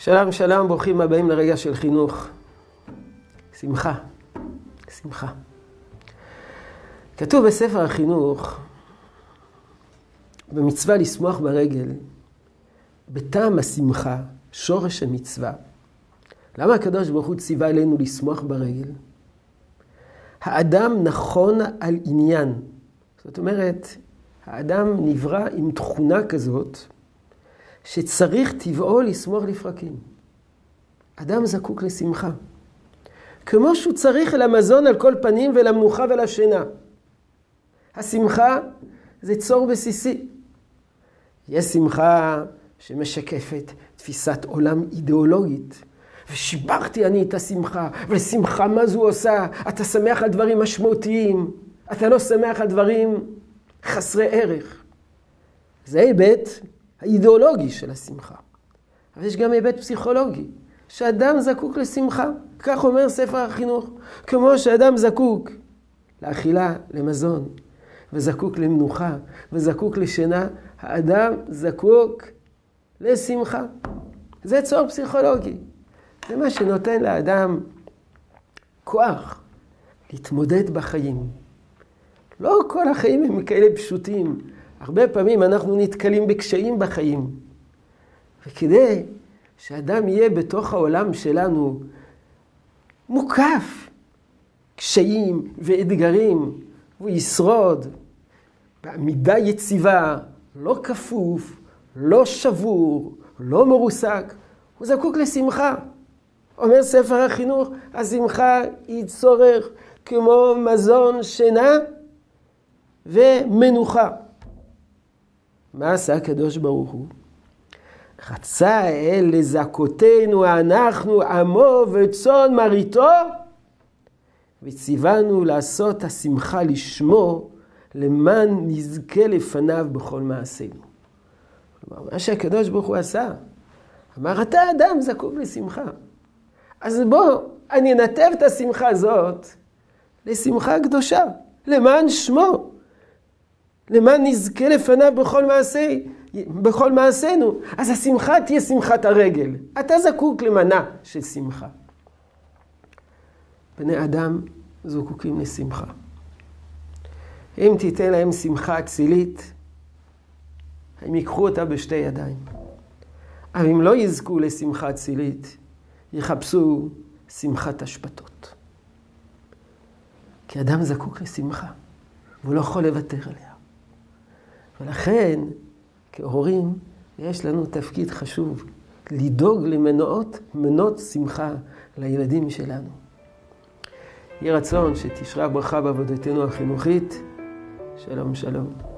שלום שלום, ברוכים הבאים לרגע של חינוך. שמחה, שמחה. כתוב בספר החינוך, במצווה לשמוח ברגל, בטעם השמחה, שורש המצווה. למה הקדוש ברוך הוא ציווה עלינו לשמוח ברגל? האדם נכון על עניין. זאת אומרת, האדם נברא עם תכונה כזאת, שצריך טבעו לשמוח לפרקים. אדם זקוק לשמחה. כמו שהוא צריך למזון על כל פנים ולמנוחה ולשינה. השמחה זה צור בסיסי. יש שמחה שמשקפת תפיסת עולם אידיאולוגית. ושיברתי אני את השמחה, ושמחה מה זו עושה? אתה שמח על דברים משמעותיים, אתה לא שמח על דברים חסרי ערך. זה היבט האידיאולוגי של השמחה. אבל יש גם היבט פסיכולוגי, שאדם זקוק לשמחה. כך אומר ספר החינוך. כמו שאדם זקוק לאכילה, למזון, וזקוק למנוחה, וזקוק לשינה, האדם זקוק לשמחה. זה צור פסיכולוגי. זה מה שנותן לאדם כוח להתמודד בחיים. לא כל החיים הם כאלה פשוטים. הרבה פעמים אנחנו נתקלים בקשיים בחיים. וכדי שאדם יהיה בתוך העולם שלנו מוקף קשיים ואתגרים, והוא ישרוד בעמידה יציבה, לא כפוף, לא שבור, לא מרוסק, הוא זקוק לשמחה. אומר ספר החינוך, השמחה היא צורך כמו מזון, שינה ומנוחה. מה עשה הקדוש ברוך הוא? רצה האל לזכותנו, אנחנו עמו וצאן מרעיתו, וציוונו לעשות השמחה לשמו, למען נזכה לפניו בכל מעשינו. כלומר, מה שהקדוש ברוך הוא עשה, אמר, אתה אדם זקוק לשמחה. אז בוא, אני אנתב את השמחה הזאת לשמחה קדושה, למען שמו. למען נזכה לפניו בכל מעשינו. אז השמחה תהיה שמחת הרגל. אתה זקוק למנה של שמחה. בני אדם זקוקים לשמחה. אם תיתן להם שמחה אצילית, הם ייקחו אותה בשתי ידיים. אבל אם לא יזכו לשמחה אצילית, יחפשו שמחת השפטות. כי אדם זקוק לשמחה, והוא לא יכול לוותר עליה. ולכן, כהורים, יש לנו תפקיד חשוב, לדאוג למנות שמחה לילדים שלנו. יהי רצון שתשרה ברכה בעבודתנו החינוכית. שלום שלום.